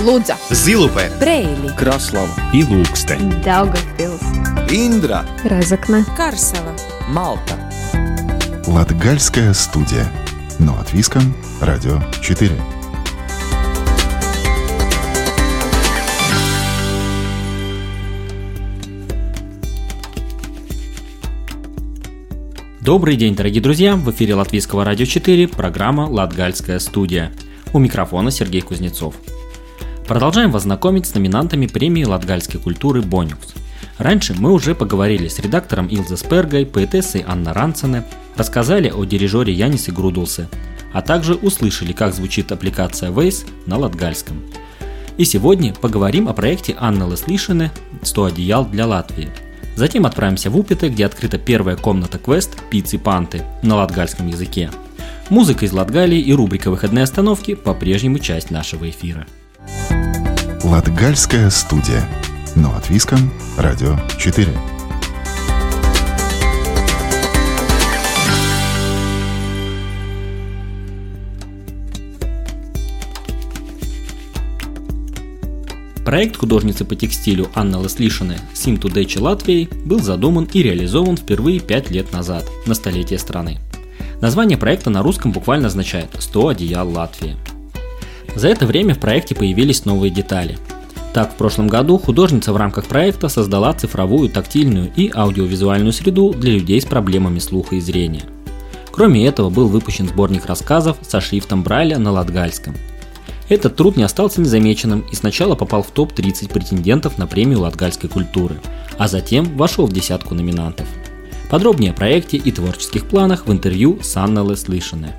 Лудза, Зилупе, Бреили, Краслава и Лукстē, Daugavpils, Индра, Разокне, Карсела, Малта. Латгальская студия. Но от Виском, Радио 4. Добрый день, дорогие друзья! В эфире Латвийского радио 4, программа «Латгальская студия». У микрофона Сергей Кузнецов. Продолжаем вас знакомить с номинантами премии латгальской культуры «Боникс». Раньше мы уже поговорили с редактором Илзе Спергой, поэтессой Анна Рансене, рассказали о дирижере Янисе Грудулсе, а также услышали, как звучит аппликация Waze на латгальском. И сегодня поговорим о проекте Анны Леслишине «100 одеял для Латвии». Затем отправимся в Упите, где открыта первая комната-квест «Пиццы Панты» на латгальском языке. Музыка из Латгалии и рубрика «Выходные остановки» по-прежнему часть нашего эфира. Латгальская студия. Но от Виском, Радио 4. Проект художницы по текстилю Анны Леслишине «Симту Дечи Латвии» был задуман и реализован впервые 5 лет назад, на столетие страны. Название проекта на русском буквально означает «100 одеял Латвии». За это время в проекте появились новые детали. Так, в прошлом году художница в рамках проекта создала цифровую, тактильную и аудиовизуальную среду для людей с проблемами слуха и зрения. Кроме этого, был выпущен сборник рассказов со шрифтом Брайля на латгальском. Этот труд не остался незамеченным и сначала попал в топ-30 претендентов на премию латгальской культуры, а затем вошел в десятку номинантов. Подробнее о проекте и творческих планах в интервью с Анной Леслишине.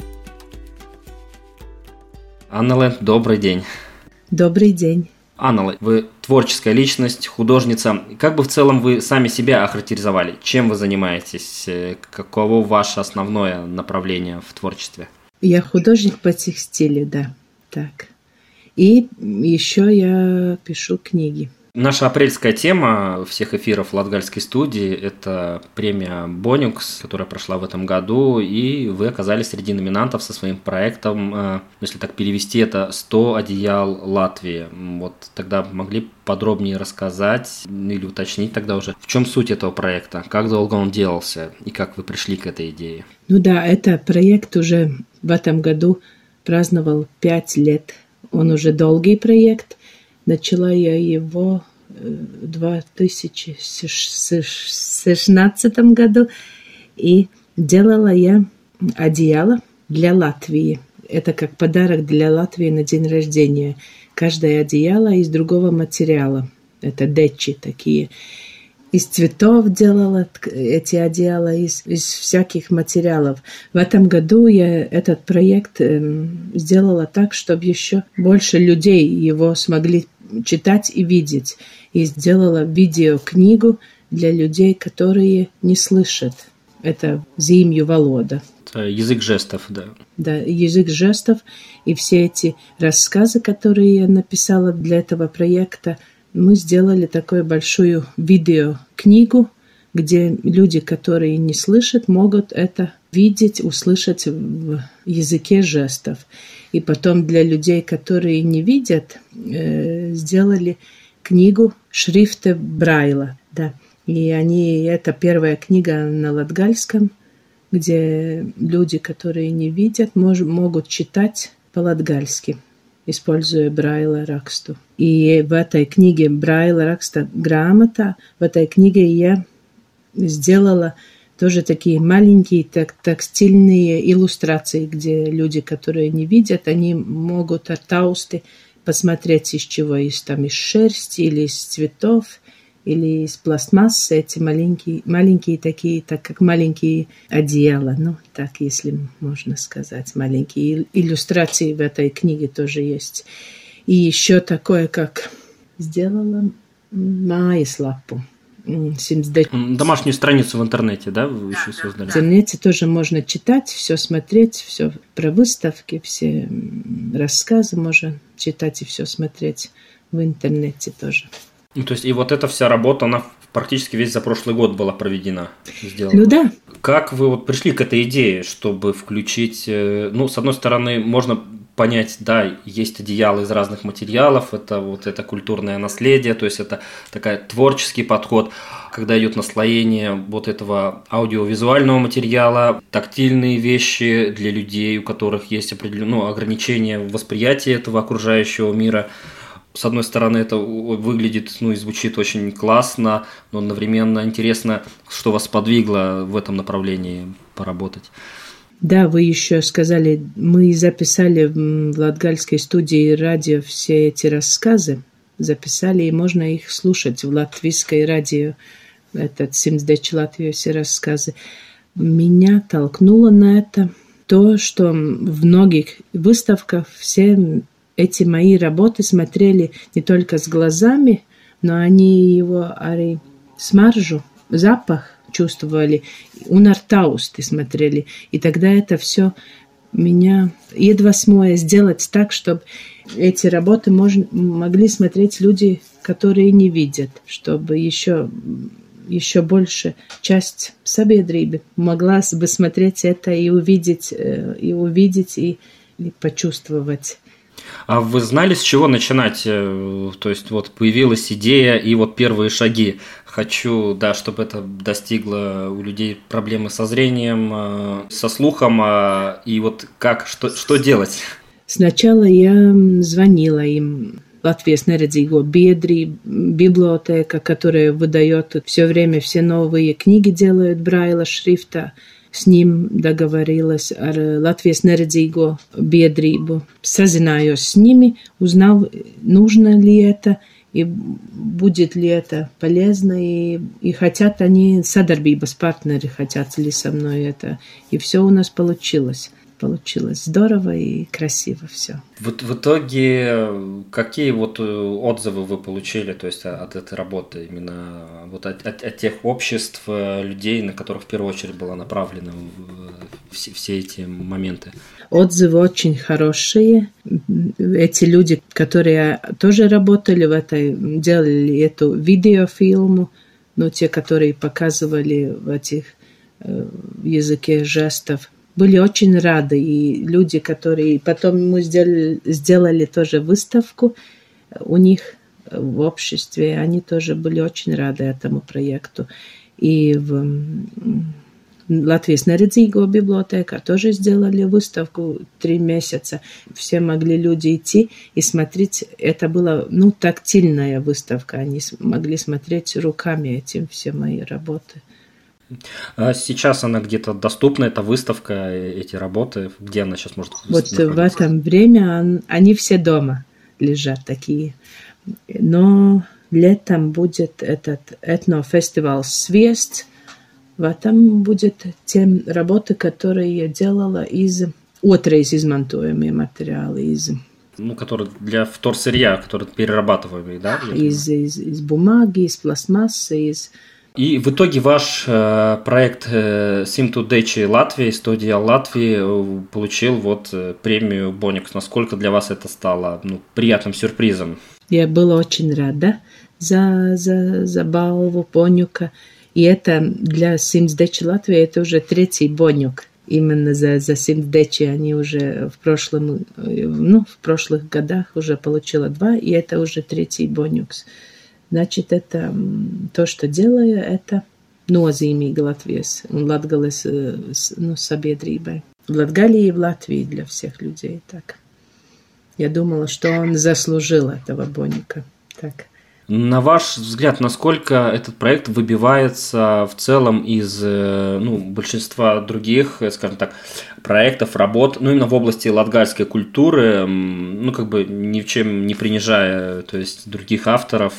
Анна, добрый день. Добрый день. Анна, вы творческая личность, художница. Как бы в целом вы сами себя охарактеризовали? Чем вы занимаетесь? Каково ваше основное направление в творчестве? Я художник по текстилю, да. Так. И еще я пишу книги. Наша апрельская тема всех эфиров Латгальской студии – это премия Боникс, которая прошла в этом году, и вы оказались среди номинантов со своим проектом, если так перевести, это «100 одеял Латвии». Вот тогда могли подробнее рассказать или уточнить тогда уже, в чем суть этого проекта, как долго он делался и как вы пришли к этой идее? Ну да, это проект уже в этом году праздновал 5 лет. Он уже долгий проект. Начала я его в 2016 году, и делала я одеяло для Латвии. Это как подарок для Латвии на день рождения. Каждое одеяло из другого материала. Это дечи такие. Из цветов делала эти одеяла, из всяких материалов. В этом году я этот проект сделала так, чтобы еще больше людей его смогли читать и видеть. И сделала видеокнигу для людей, которые не слышат. Это Зимью Волода. Язык жестов, да. Да, язык жестов. И все эти рассказы, которые я написала для этого проекта, мы сделали такую большую видеокнигу, где люди, которые не слышат, могут это видеть, услышать в языке жестов. И потом для людей, которые не видят, сделали книгу шрифта Брайла. Да. И это первая книга на латгальском, где люди, которые не видят, могут читать по-латгальски, используя Брайла раксту. И в этой книге Брайла ракста грамота, в этой книге я сделала тоже такие маленькие текстильные иллюстрации, где люди, которые не видят, они могут от таусты посмотреть, из чего есть там, из шерсти или из цветов, или из пластмассы, эти маленькие такие, так как маленькие одеяла, ну, так, если можно сказать, маленькие иллюстрации в этой книге тоже есть. И еще такое, как сделала mājaslapu. Домашнюю страницу в интернете, да, вы еще создали? В интернете тоже можно читать, все смотреть, все про выставки, все рассказы можно читать и все смотреть в интернете тоже. Ну, то есть, и вот эта вся работа, она практически весь за прошлый год была проведена, сделана. Ну да. Как вы вот пришли к этой идее, чтобы включить, ну, с одной стороны, можно понять, да, есть одеяло из разных материалов, это культурное наследие, то есть это такой творческий подход, когда идет наслоение вот этого аудиовизуального материала, тактильные вещи для людей, у которых есть определенные ограничения в восприятии этого окружающего мира. С одной стороны, это выглядит, и звучит очень классно, но одновременно интересно, что вас подвигло в этом направлении поработать. Да, вы еще сказали, мы записали в латгальской студии радио все эти рассказы, записали, и можно их слушать в латвийской радио, этот «Симсдечи Латвии» все рассказы. Меня толкнуло на это то, что в многих выставках все эти мои работы смотрели не только с глазами, но они его смаржу, запах чувствовали, унартаусты смотрели. И тогда это все меня едва смоя сделать так, чтобы эти работы могли смотреть люди, которые не видят, чтобы еще больше часть sabiedrība могла бы смотреть это и увидеть, и почувствовать. А вы знали, с чего начинать? То есть вот появилась идея и вот первые шаги. Хочу, да, чтобы это достигло у людей проблемы со зрением, со слухом, и вот что делать? Сначала я звонила им. Латвijas neredzīgo biedrība, библиотека, которая выдает все время все новые книги, делают Брайля шрифта. С ним договорилась ar Latvijas neredzīgo biedrību. Sazinājos с ними, узнал, нужно ли это, и будет ли это полезно, и хотят они, садарбības партнери, хотят ли со мной это. И все у нас получилось. Получилось здорово и красиво все. В итоге, какие вот отзывы вы получили, то есть от этой работы, именно вот от тех обществ, людей, на которых в первую очередь была направлена все эти моменты? Отзывы очень хорошие. Эти люди, которые тоже работали в этой, делали эту видеофильму, те, которые показывали в этих языке жестов, были очень рады, и люди, которые... Потом мы сделали тоже выставку у них в обществе, они тоже были очень рады этому проекту. И в Latvijas neredzīgo библиотека тоже сделали выставку 3 месяца. Все могли люди идти и смотреть. Это была, тактильная выставка. Они могли смотреть руками этим все мои работы. Сейчас она где-то доступна, эта выставка, эти работы, где она сейчас может находиться? Вот в это время они все дома лежат такие. Но летом будет этот этнофестиваль «Свест». В этом будет те работы, которые я делала из отreiz измантуемые материалы, которые для вторсырья, которые перерабатываемые, да? Из бумаги, из пластмассы, И в итоге ваш проект Simtudeči Latvijai, студия Латвии, получил премию Боникс. Насколько для вас это стало приятным сюрпризом? Я была очень рада за балву Бонюка. И это для Simtudeči Latvijai это уже 3-й Бонюк. Именно за Simtudeči они уже в прошлых годах уже получила 2, и это уже 3-й Бонюкс. Значит, это то, что делаю, это nozīmīgi Latvijas un Latgales sabiedrībai. В Латгалии и в Латвии для всех людей. Так. Я думала, что он заслужил этого Боника. Так. На ваш взгляд, насколько этот проект выбивается в целом из большинства других, скажем так, проектов, работ, именно в области латгальской культуры, ни в чем не принижая, то есть других авторов,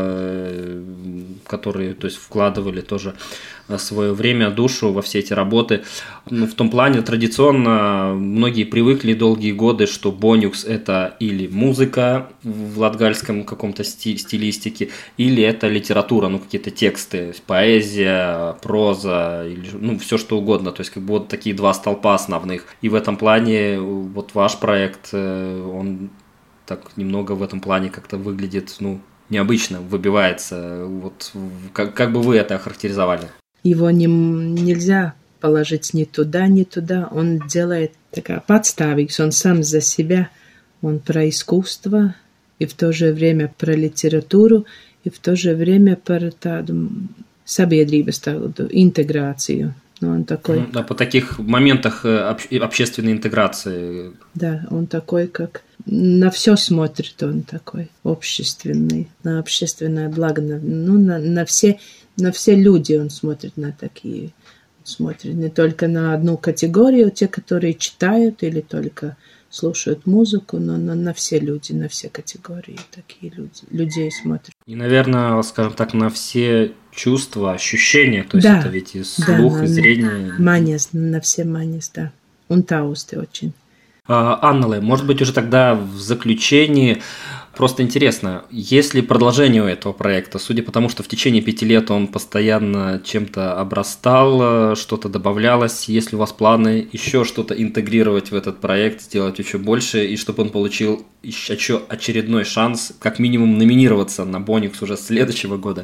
которые, то есть, вкладывали тоже свое время, душу во все эти работы. В том плане традиционно многие привыкли долгие годы, что Бонюкс – это или музыка в латгальском каком-то стилистике, или это литература, какие-то тексты, поэзия, проза, или, все что угодно. То есть такие 2 столпа основных. И в этом плане ваш проект, он так немного в этом плане как-то выглядит, необычно, выбивается. Как бы вы это охарактеризовали? Его нельзя положить не туда. Он делает такая подставить, он сам за себя, он про искусство, и в то же время про литературу, и в то же время про tādu sabiedrības tādu интеграцию. Но он такой... Да, по таких моментах общественной интеграции. Да, он такой, как на все смотрит, он такой общественный, на общественное благо, на все люди он смотрит, на такие. Он смотрит не только на одну категорию, те, которые читают или только слушают музыку, но на все люди, на все категории такие людей смотрят. И, наверное, скажем так, на все чувства, ощущения, то есть это ведь и слух, и зрение. Манис, на все манис, да. Он таусты очень. Анна, может быть, уже тогда в заключении просто интересно, есть ли продолжение у этого проекта, судя по тому, что в течение 5 лет он постоянно чем-то обрастал, что-то добавлялось, есть ли у вас планы еще что-то интегрировать в этот проект, сделать еще больше, и чтобы он получил еще очередной шанс, как минимум, номинироваться на Боникс уже с следующего года?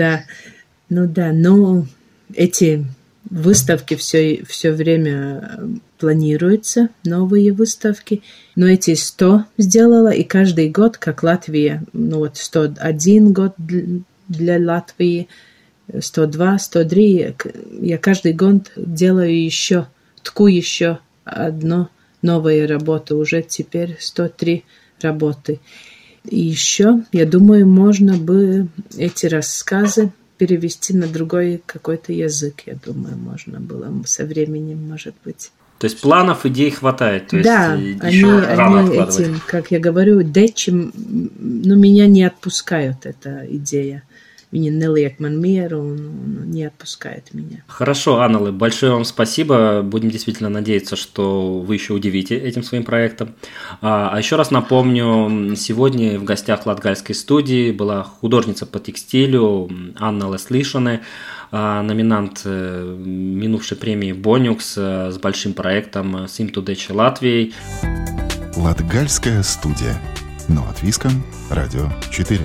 Но эти выставки все время планируются, новые выставки. Но эти 100 сделала, и каждый год, как Латвия, 101 год для Латвии, 102, 103, я каждый год делаю еще одну новую работу, уже теперь 103 работы. И еще, я думаю, можно бы эти рассказы перевести на другой какой-то язык, я думаю, можно было со временем, может быть. То есть планов, идей хватает, то да, есть еще рано откладывать. Этим, как я говорю, меня не отпускают эта идея. Меня не liek man mieru, не отпускает меня. Хорошо, Анна, большое вам спасибо. Будем действительно надеяться, что вы еще удивите этим своим проектом. А еще раз напомню, сегодня в гостях Латгальской студии была художница по текстилю Анна Леслишане, номинант минувшей премии Боникс с большим проектом Simtu Deci Latvijai. Латгальская студия. На Латвийском радио 4.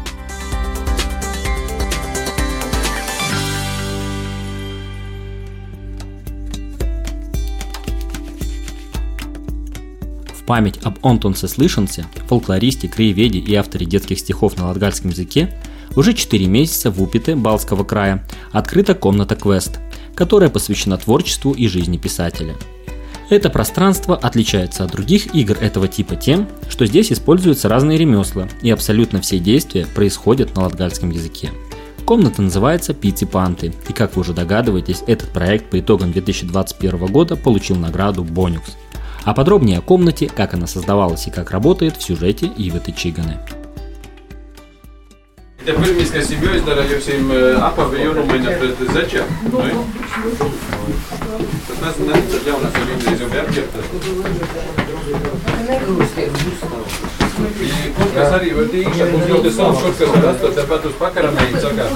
В память об Онтонсе Слишансе, фольклористе, краеведе и авторе детских стихов на латгальском языке, уже 4 месяца в Упите Балтского края открыта комната Квест, которая посвящена творчеству и жизни писателя. Это пространство отличается от других игр этого типа тем, что здесь используются разные ремесла, и абсолютно все действия происходят на латгальском языке. Комната называется «Пицци Панты», и, как вы уже догадываетесь, этот проект по итогам 2021 года получил награду Боникс. А подробнее о комнате, как она создавалась и как работает, в сюжете Иветы Чиганы. Ja pirmīs, kas jums jāizdara, jums apavi jānomaina pret zečiem. Tas nezinu, jaunās ir Indijas jau vērķertas. Kaut kas arī var tīkšā, mums ļoti savs kaut kas var astot, tāpat uz pakaramēji sakās.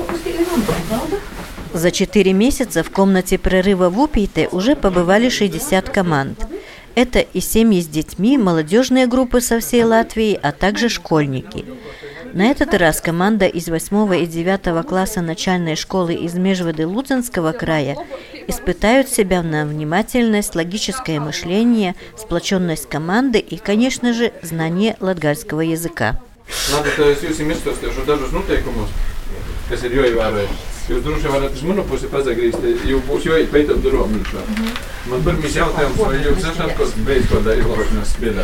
За 4 месяца в комнате прорыва в Упите уже побывали 60 команд. Это и семьи с детьми, молодежные группы со всей Латвии, а также школьники. На этот раз команда из 8 и 9 класса начальной школы из Межводы Лудзенского края испытают себя на внимательность, логическое мышление, сплоченность команды и, конечно же, знание латгальского языка. Jūs droši varat uz manu pusi pazagrīst, jo būs jāiet durām mīšā. Man pirmīs jautājums, vai jūs esat kaut beidz kādā izlabošanās spiedā?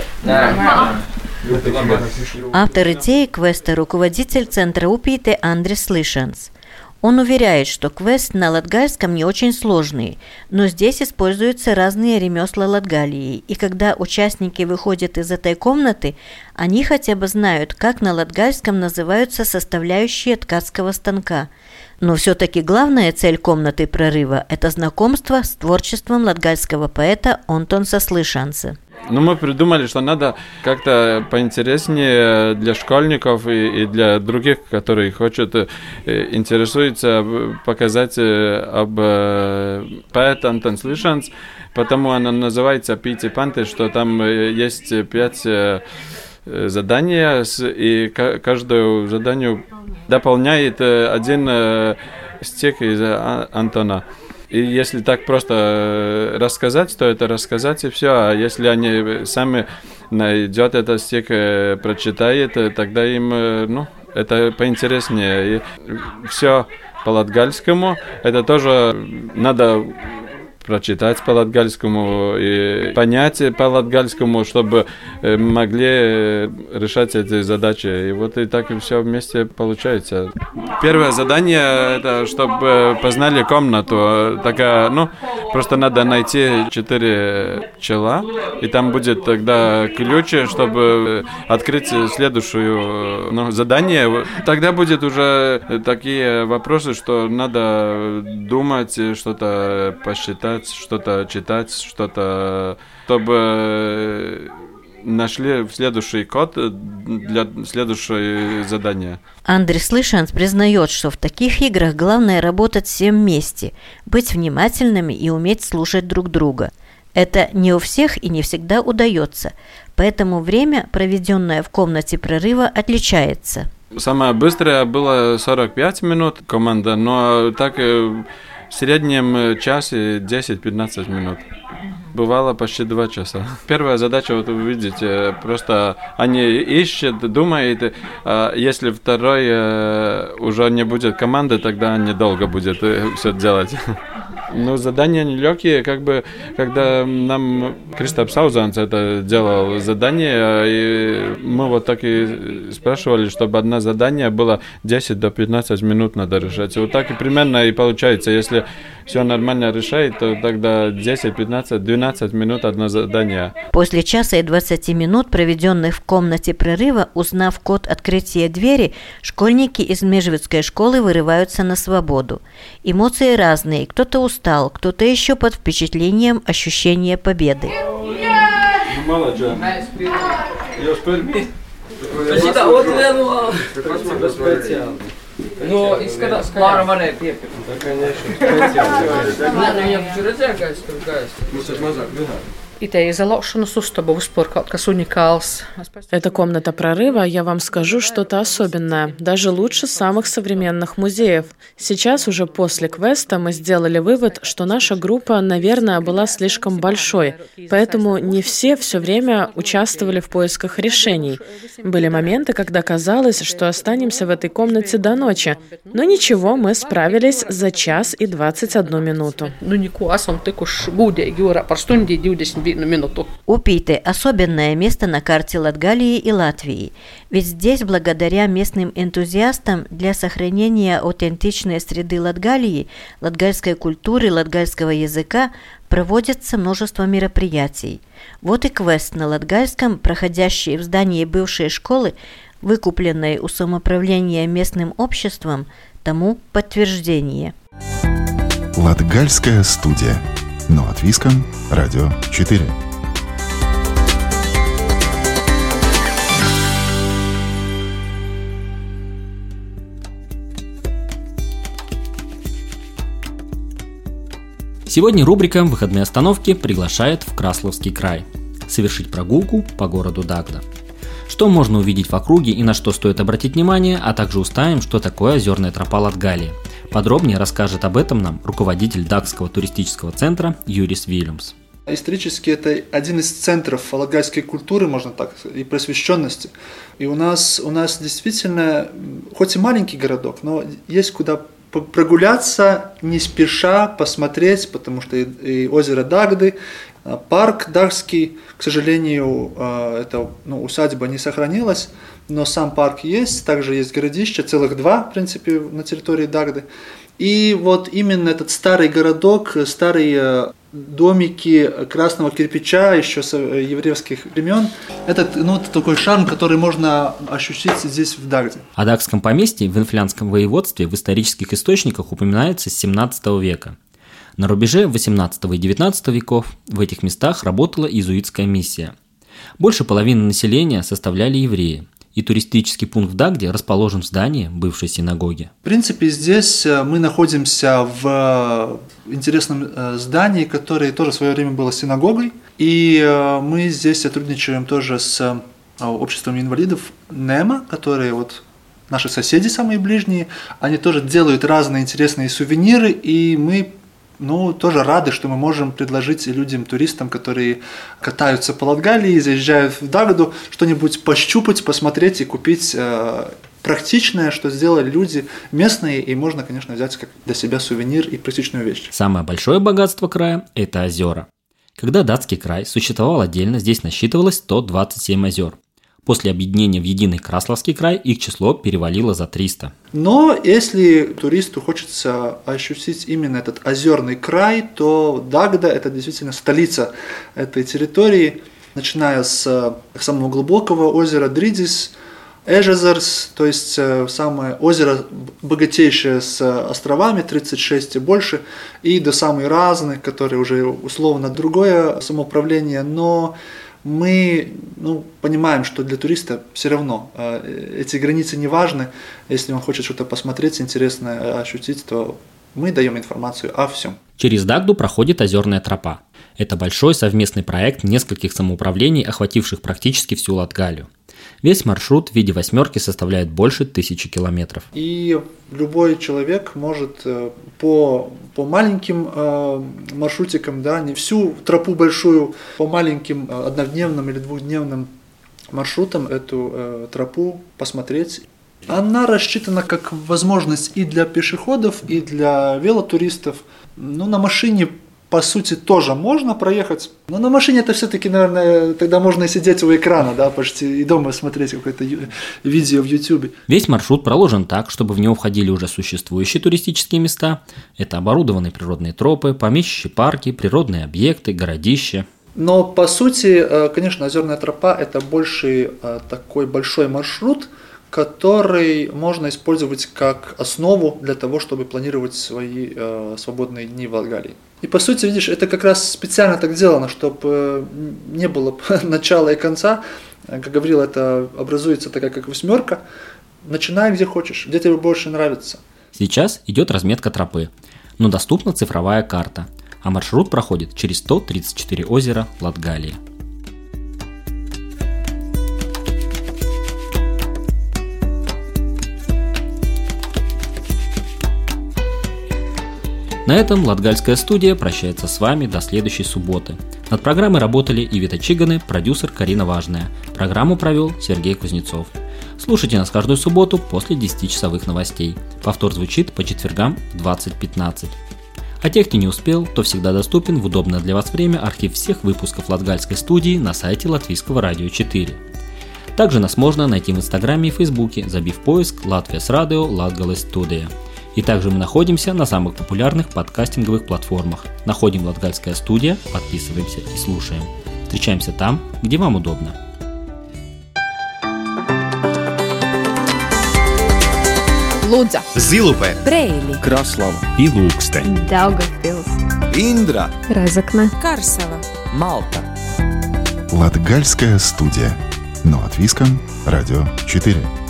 Автор идеи квеста – руководитель центра Упите Андрис Слишанс. Он уверяет, что квест на латгальском не очень сложный, но здесь используются разные ремесла Латгалии, и когда участники выходят из этой комнаты, они хотя бы знают, как на латгальском называются составляющие ткацкого станка. Но все-таки главная цель комнаты прорыва – это знакомство с творчеством латгальского поэта Онтонса Слишанса. Ну, мы придумали, что надо как-то поинтереснее для школьников и для других, которые интересуются, показать об поэте Онтонс Слишанс, потому она называется «Пицци Панты», что там есть 5 заданий, и каждое задание дополняет один стих из Антона. И если так просто рассказать, то это рассказать и все. А если они сами найдут этот стих, прочитают, тогда им, это поинтереснее. И все по-латгальскому, это тоже надо прочитать по-латгальскому и понять по-латгальскому, чтобы могли решать эти задачи. И вот и так и все вместе получается. Первое задание, это чтобы познали комнату. Такая, просто надо найти 4 пчела, и там будет тогда ключ, чтобы открыть следующее задание. Тогда будет уже такие вопросы, что надо думать, что-то посчитать, что-то читать, что-то, чтобы нашли следующий код для следующего задания. Андрес Слышанс признает, что в таких играх главное работать всем вместе, быть внимательными и уметь слушать друг друга. Это не у всех и не всегда удается, поэтому время, проведенное в комнате прорыва, отличается. Самое быстрое было 45 минут команда, но так в среднем часе 10-15 минут. Бывало почти 2 часа. Первая задача, вот вы видите, просто они ищут, думают, а если второй уже не будет команды, тогда недолго будет все делать. Задания нелегкие, когда нам Кристоф Саузанс это делал задание, и мы вот так и спрашивали, чтобы одно задание было 10 до 15 минут надо решать. Вот так и примерно и получается. Если все нормально решает, то тогда 10, 15, 12 минут одно задание. После часа и 20 минут, проведенных в комнате прорыва, узнав код открытия двери, школьники из Межвицкой школы вырываются на свободу. Эмоции разные, кто-то устал, кто-то еще под впечатлением ощущения победы. No, izskatās, ka Māra varēja piepirkt. Tā kā nešķiet. Nē, viņam taču redzēja gaistu. Mums ir mazāk runāt. Эта комната прорыва, я вам скажу, что-то особенное, даже лучше самых современных музеев. Сейчас, уже после квеста, мы сделали вывод, что наша группа, наверное, была слишком большой, поэтому не все время участвовали в поисках решений. Были моменты, когда казалось, что останемся в этой комнате до ночи, но ничего, мы справились за 1 час и 21 минуту. Упиты – особенное место на карте Латгалии и Латвии, ведь здесь, благодаря местным энтузиастам, для сохранения аутентичной среды Латгалии, латгальской культуры, латгальского языка проводится множество мероприятий. Вот и квест на латгальском, проходящий в здании бывшей школы, выкупленной у самоуправления местным обществом, тому подтверждение. Латгальская студия. Но от Виском, Радио 4. Сегодня рубрика «Выходные остановки» приглашает в Красловский край совершить прогулку по городу Дагда. Что можно увидеть в округе и на что стоит обратить внимание, а также узнаем, что такое озерная тропа Латгалии. Подробнее расскажет об этом нам руководитель Дагского туристического центра Юрис Вильямс. Исторически это один из центров латгальской культуры, можно так сказать, и просвещенности. И у нас действительно, хоть и маленький городок, но есть куда прогуляться, не спеша посмотреть, потому что и озеро Дагды, парк Дагский, к сожалению, эта усадьба не сохранилась, но сам парк есть, также есть городище, целых 2, в принципе, на территории Дагды. И вот именно этот старый городок, старые домики красного кирпича еще с еврейских времен, это такой шарм, который можно ощутить здесь в Дагде. О Дагском поместье в Инфлянском воеводстве в исторических источниках упоминается с 17 века. На рубеже 18 и 19 веков в этих местах работала иезуитская миссия. Больше половины населения составляли евреи, и туристический пункт в Дагде расположен в здании бывшей синагоги. В принципе, здесь мы находимся в интересном здании, которое тоже в свое время было синагогой, и мы здесь сотрудничаем тоже с обществом инвалидов НЕМА, которые наши соседи самые ближние, они тоже делают разные интересные сувениры, и мы тоже рады, что мы можем предложить людям, туристам, которые катаются по Латгалии, заезжают в Дагду, что-нибудь пощупать, посмотреть и купить практичное, что сделали люди местные, и можно, конечно, взять как для себя сувенир и практичную вещь. Самое большое богатство края – это озера. Когда датский край существовал отдельно, здесь насчитывалось 127 озер. После объединения в единый Краславский край их число перевалило за 300. Но если туристу хочется ощутить именно этот озерный край, то Дагда – это действительно столица этой территории, начиная с самого глубокого озера Дридис, Эжезерс, то есть самое озеро богатейшее с островами, 36 и больше, и до самых разных, которые уже условно другое самоуправление, но мы понимаем, что для туриста все равно эти границы не важны. Если он хочет что-то посмотреть, интересное ощутить, то мы даем информацию о всем. Через Дагду проходит озерная тропа. Это большой совместный проект нескольких самоуправлений, охвативших практически всю Латгалию. Весь маршрут в виде восьмерки составляет больше 1000 километров. И любой человек может по маленьким маршрутикам, не всю тропу большую, по маленьким однодневным или двухдневным маршрутам эту тропу посмотреть. Она рассчитана как возможность и для пешеходов, и для велотуристов. На машине по сути тоже можно проехать, но на машине это все-таки, наверное, тогда можно и сидеть у экрана, почти и дома смотреть какое-то видео в YouTube. Весь маршрут проложен так, чтобы в него входили уже существующие туристические места. Это оборудованные природные тропы, помещичьи парки, природные объекты, городища. Но по сути, конечно, озерная тропа – это больше такой большой маршрут, который можно использовать как основу для того, чтобы планировать свои свободные дни в Латгалии. И по сути, видишь, это как раз специально так сделано, чтобы не было начала и конца. Как говорил, это образуется такая как восьмерка. Начинай где хочешь, где тебе больше нравится. Сейчас идет разметка тропы, но доступна цифровая карта, а маршрут проходит через 134 озера Латгалии. На этом Латгальская студия прощается с вами до следующей субботы. Над программой работали Ивита Чиганы, продюсер Карина Важная. Программу провел Сергей Кузнецов. Слушайте нас каждую субботу после 10-часовых новостей. Повтор звучит по четвергам в 20:15. А тех, кто не успел, то всегда доступен в удобное для вас время архив всех выпусков Латгальской студии на сайте Латвийского радио 4. Также нас можно найти в Инстаграме и Фейсбуке, забив поиск «Латвijas Radio Latgales Studija». И также мы находимся на самых популярных подкастинговых платформах. Находим «Латгальская студия», подписываемся и слушаем. Встречаемся там, где вам удобно. Лудза, Зилупе, Брейли, Краслава, Ilūksteņi, Daugavpils, Индра, Разокна, Карсела, Малта. Латгальская студия. Но от Виском, Радио 4.